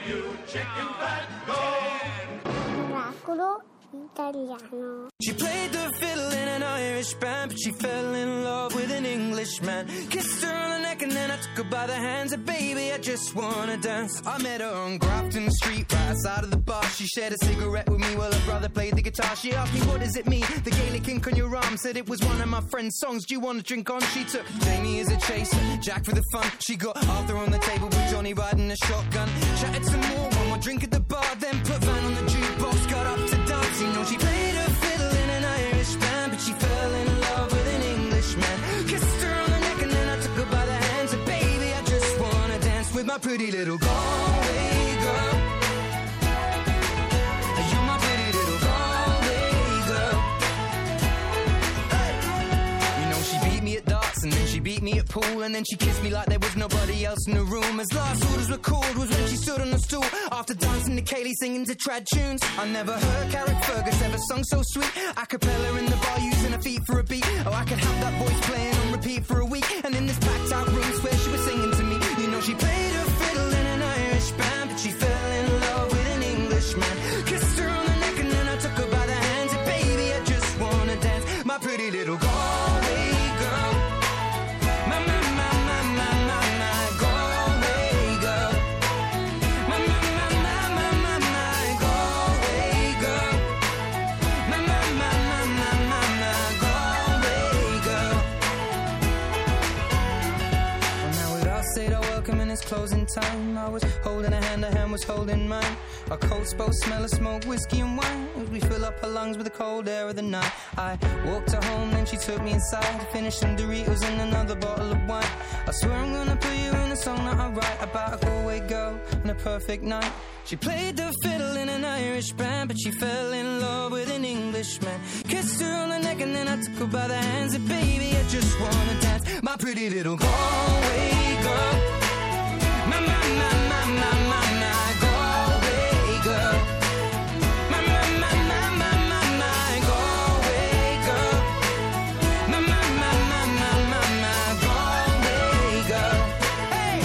Oracolo italiano. She played the fiddle in an Irish band, but she fell in love with an Englishman. Kissed her on the neck and then I took her by the hands. And baby, I just wanna dance. I met her on Grafton Street, right outside of the bar. She shared a cigarette with me while her brother played the guitar. She asked me, what does it mean? The Gaelic ink on your arm. Said it was one of my friend's songs. Do you want to drink on? She took Jamie as a chaser, Jack for the fun. She got Arthur on the table with Johnny riding a shotgun. Chatted some more, one more drink at the bar. Then put Van on the jukebox, got up to dance. You know she played her fiddle in an Irish band, but she fell in love with an Englishman. Kissed her on the neck and then I took her by the hands. And baby, I just wanna dance with my pretty little Galway girl. You're my pretty little Galway girl. Hey. You know she beat me at darts and then she beat me at pool, and then she kissed me like there was nobody else in the room. As last orders were called was when she stood on the stool after dancing to Kaylee singing to trad tunes. I never heard Carrick Fergus ever sung so sweet. A cappella in the bar using her feet for a beat. Oh, I could have that voice playing on repeat for a week. And in this packed out room where she was singing to me. You know she played her fiddle in an Irish band, but she fell in love with an Englishman. Kissed her on the neck and then I took her by the hands. And baby, I just wanna dance, my pretty little Galway girl. My Galway girl. My Galway girl. My Galway girl. Well, now we'd all said our welcome and it's closing time. I was holding her hand was holding mine. Our coats both smell of smoke, whiskey and wine, as we fill up her lungs with the cold air of the night. I walked her home, then she took me inside, finished some Doritos and another bottle of wine. I swear I'm gonna put you in a song that I write about a Galway girl and a perfect night. She played the fiddle in an Irish band, but she fell in love with an Englishman. Kissed her on the neck and then I took her by the hands. And baby, I just wanna dance, my pretty little Galway girl. My Galway girl. My Galway girl. My Galway girl. Hey!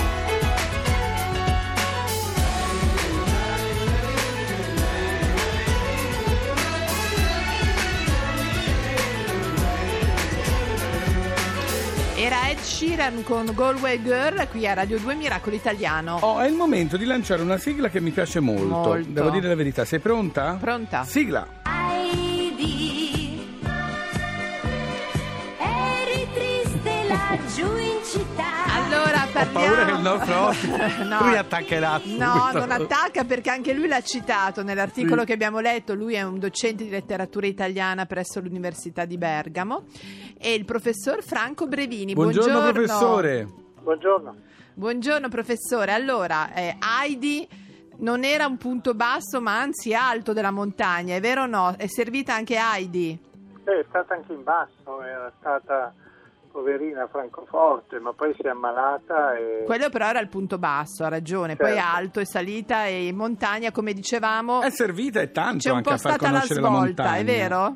Era Ed Sheeran con Galway Girl qui a Radio 2 Miracolo Italiano. Oh, è il momento di lanciare una sigla che mi piace molto. Devo dire la verità. Sei pronta? Pronta. Sigla. Heidi, eri triste laggiù in città. Allora Ho parliamo. paura che il nostro ospite No. lui attaccherà subito. No, non attacca, perché anche lui l'ha citato nell'articolo che abbiamo letto. Lui è un docente di letteratura italiana presso l'Università di Bergamo, e il professor Franco Brevini. Buongiorno professore. Buongiorno. Buongiorno professore. Allora, Heidi non era un punto basso, ma anzi alto della montagna, è vero o no? È servita anche Heidi? È stata anche in basso, era stata poverina a Francoforte, ma poi si è ammalata e... Quello però era il punto basso, ha ragione. Certo. Poi alto e salita e in montagna, come dicevamo, È servita e tanto c'è un anche po' a far stata la conoscere la svolta, montagna. è vero?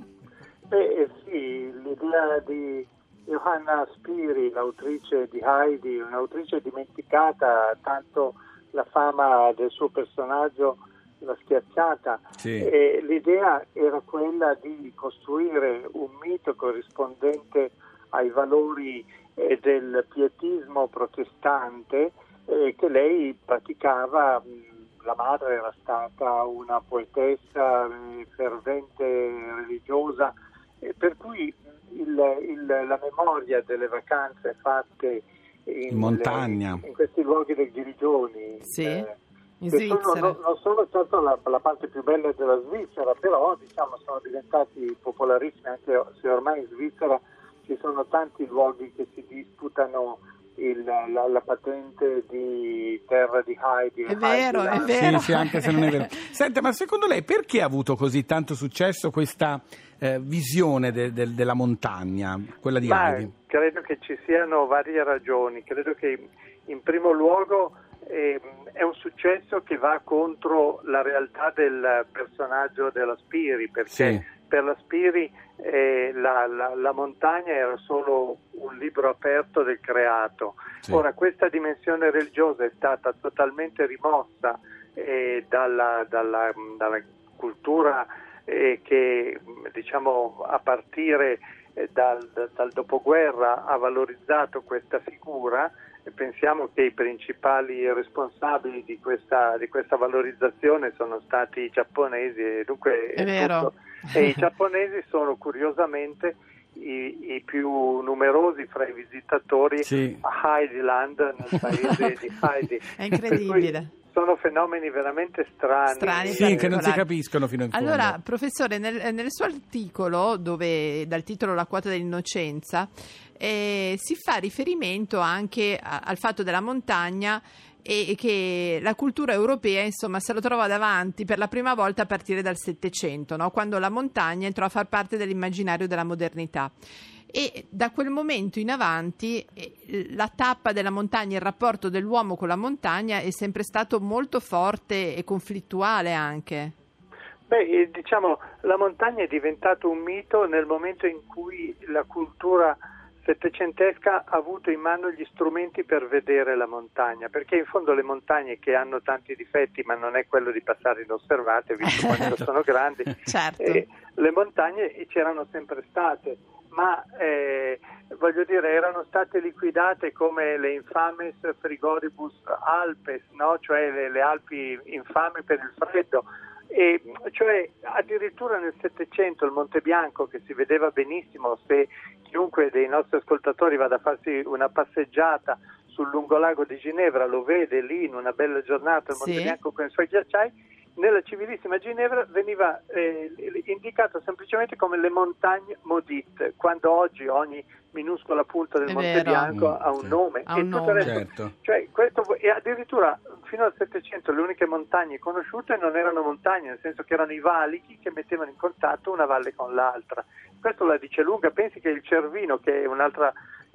Sì, l'idea di Johanna Spiri, l'autrice di Heidi, un'autrice dimenticata, tanto la fama del suo personaggio l'ha schiacciata. Sì. E l'idea era quella di costruire un mito corrispondente ai valori del pietismo protestante che lei praticava. La madre era stata una poetessa fervente religiosa, per cui la memoria delle vacanze fatte In montagna, in questi luoghi del Grigioni, Sì, in che Svizzera. non sono certo la parte più bella della Svizzera, però diciamo sono diventati popolarissimi, anche se ormai in Svizzera ci sono tanti luoghi che si disputano la patente di terra di Heidi. È vero, è Heidi, vero. Sì, anche se non è vero. Senta, ma secondo lei perché ha avuto così tanto successo questa visione della montagna, quella di Heidi? Credo che ci siano varie ragioni. Credo che in primo luogo è un successo che va contro la realtà del personaggio della Spiri, perché Sì. per la Spiri la montagna era solo un libro aperto del creato. Sì. Ora questa dimensione religiosa è stata totalmente rimossa dalla cultura che diciamo a partire dal dopoguerra ha valorizzato questa figura. Pensiamo che i principali responsabili di questa valorizzazione sono stati i giapponesi, e dunque è vero. E i giapponesi sono curiosamente i più numerosi fra i visitatori a Heidiland, nel paese di Heidi. È incredibile. Sono fenomeni veramente strani. Sì, che non si capiscono fino in fondo. Allora, professore, nel suo articolo, dove dal titolo La quota dell'innocenza, si fa riferimento anche al fatto della montagna e che la cultura europea, insomma, se lo trova davanti per la prima volta a partire dal Settecento, no? Quando la montagna entrò a far parte dell'immaginario della modernità. E da quel momento in avanti la tappa della montagna, il rapporto dell'uomo con la montagna è sempre stato molto forte e conflittuale anche. Beh, diciamo, la montagna è diventato un mito nel momento in cui la cultura settecentesca ha avuto in mano gli strumenti per vedere la montagna, perché in fondo le montagne, che hanno tanti difetti, ma non è quello di passare inosservate, visto quanto sono grandi, certo. Le montagne c'erano sempre state, ma voglio dire, erano state liquidate come le infames frigoribus Alpes, no? Cioè le Alpi infame per il freddo. E cioè addirittura nel Settecento il Monte Bianco, che si vedeva benissimo, se chiunque dei nostri ascoltatori vada a farsi una passeggiata sul lungolago di Ginevra lo vede lì in una bella giornata, il Monte Bianco con i suoi ghiacciai, nella civilissima Ginevra veniva indicato semplicemente come le montagne maudite, quando oggi ogni minuscola punta del Monte Bianco ha un nome. Ha un nome. Certo. Cioè, e addirittura fino al Settecento le uniche montagne conosciute non erano montagne, nel senso che erano i valichi che mettevano in contatto una valle con l'altra. Questo la dice lunga. Pensi che il Cervino, che è un'altra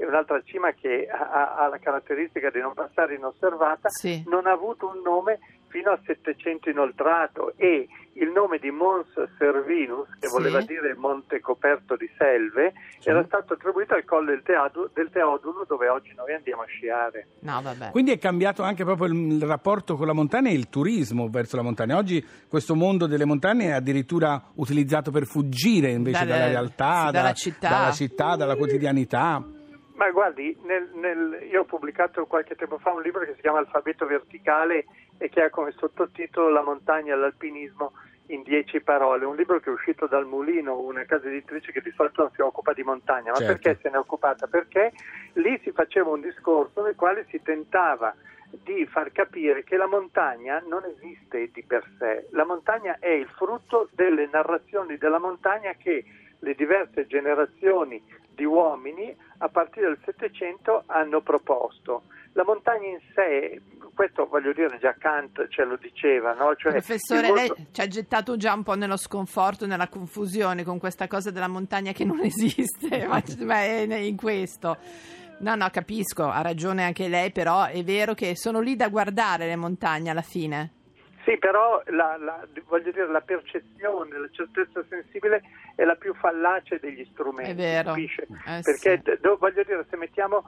cima che ha la caratteristica di non passare inosservata, non ha avuto un nome fino al Settecento inoltrato, e il nome di Mons Cervinus, che voleva dire monte coperto di selve, era stato attribuito al colle del Teodulo, dove oggi noi andiamo a sciare. No, vabbè. Quindi è cambiato anche proprio il rapporto con la montagna e il turismo verso la montagna. Oggi questo mondo delle montagne è addirittura utilizzato per fuggire invece dalla realtà, dalla città, dalla quotidianità. Ma guardi, io ho pubblicato qualche tempo fa un libro che si chiama Alfabeto Verticale e che ha come sottotitolo La montagna e l'alpinismo in 10 parole. Un libro che è uscito dal Mulino, una casa editrice che di solito non si occupa di montagna. Ma perché se ne è occupata? Perché lì si faceva un discorso nel quale si tentava di far capire che la montagna non esiste di per sé. La montagna è il frutto delle narrazioni della montagna che le diverse generazioni di uomini a partire dal Settecento hanno proposto. La montagna in sé, questo voglio dire, già Kant ce lo diceva, no? Cioè, professore, lei ci ha gettato già un po' nello sconforto, nella confusione con questa cosa della montagna che non esiste, ma è in questo. No, capisco, ha ragione anche lei, però è vero che sono lì da guardare le montagne alla fine. Sì, però voglio dire, la percezione, la certezza sensibile è la più fallace degli strumenti. È vero. Perché voglio dire, se mettiamo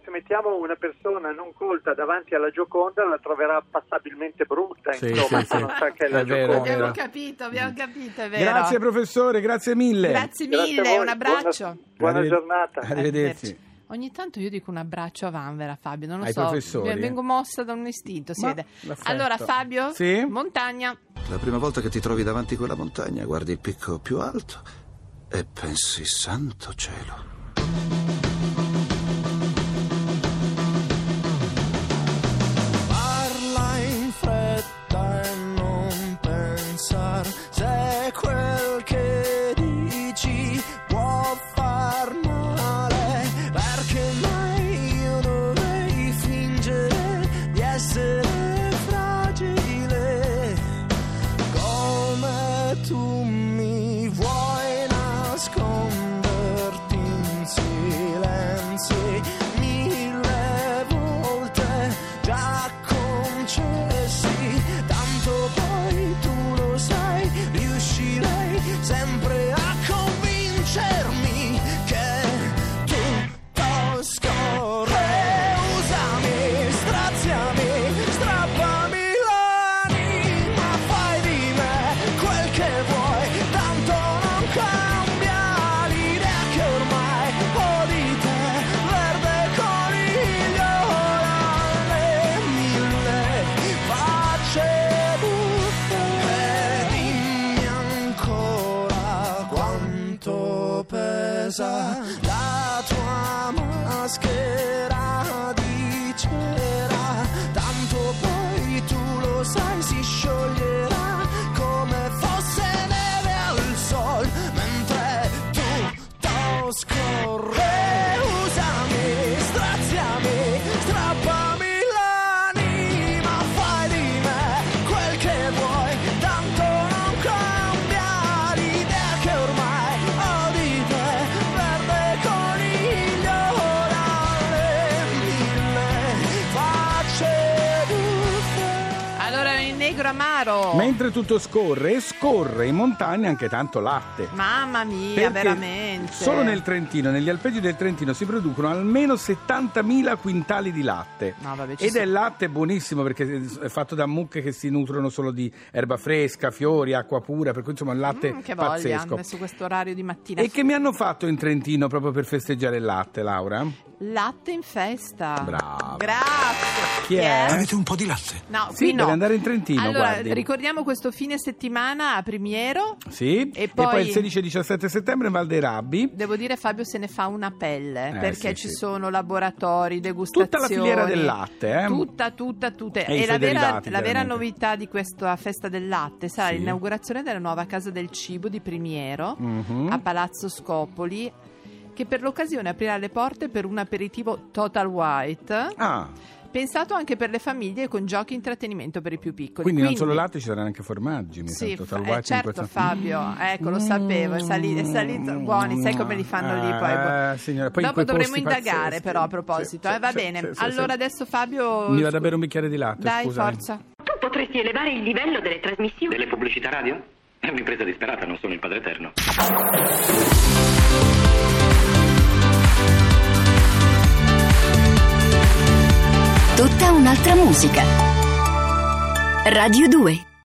una persona non colta davanti alla Gioconda, la troverà passabilmente brutta, insomma, se non sa che è la Gioconda. Abbiamo capito, è vero. Grazie professore, grazie mille. Grazie mille, un abbraccio. Buona giornata. Arrivederci. Ogni tanto io dico un abbraccio a vanvera, Fabio, non lo ai so, professori, vengo mossa da un istinto, si vede. Allora Fabio, montagna. La prima volta che ti trovi davanti a quella montagna, guardi il picco più alto e pensi, santo cielo. Parla in fretta e non pensar, se quel che dici può far male, perché mai io dovrei fingere di essere fragile, come tu mi vuoi nasconderti accesa, la tua maschera di cera, tanto poi tu lo sai si scioglierà come fosse neve al sol, mentre tutto scorre. Usami, straziami, strappami l'anima, fai di me quel che vuoi, tanto non cambia l'idea che ormai ho di te, verde coniglio dalle mille facce buffe. Allora, il negro amaro. Mentre tutto scorre in montagna anche tanto latte. Mamma mia, Perché veramente. Solo nel Trentino, negli alpeggi del Trentino si producono almeno 70.000 quintali di latte. No, vabbè, Ed è latte buonissimo perché è fatto da mucche che si nutrono solo di erba fresca, fiori, acqua pura, per cui insomma è un latte che voglia, pazzesco. adesso questo orario di mattina. E che mi hanno fatto in Trentino proprio per festeggiare il latte, Laura? Latte in festa. Brava. Grazie. Chi è? Avete un po' di latte? No, Sì, qui no. deve andare in Trentino, Allora, guardi. ricordiamo questo fine settimana a Primiero. Sì, E e poi poi il 16 e 17 settembre in Val dei Rabbi. Devo dire, Fabio se ne fa una pelle, perché sì, ci sì. sono laboratori, degustazioni. Tutta la filiera del latte, Tutta. E i E suoi derivati, la vera chiaramente. novità di questa festa del latte sarà Sì. l'inaugurazione della nuova Casa del Cibo di Primiero Mhm. a Palazzo Scopoli, che per l'occasione aprirà le porte per un aperitivo Total White. Ah, Pensato anche per le famiglie con giochi e intrattenimento per i più piccoli. quindi non solo latte, ci saranno anche formaggi. Mi Sì, sento, Total White certo in questo- Fabio, ecco, lo sapevo, è salito buoni, sai come li fanno lì poi. Signora, poi in Dopo quei dovremo posti indagare pazzeschi. però a proposito, Sì, va sì, bene. sì, sì, Allora sì. adesso Fabio... Mi va da bere un bicchiere di latte, Dai, scusami. forza. Tu potresti elevare il livello delle trasmissioni. Delle pubblicità radio? È un'impresa disperata, non sono il Padre Eterno. Tutta un'altra musica. Radio 2.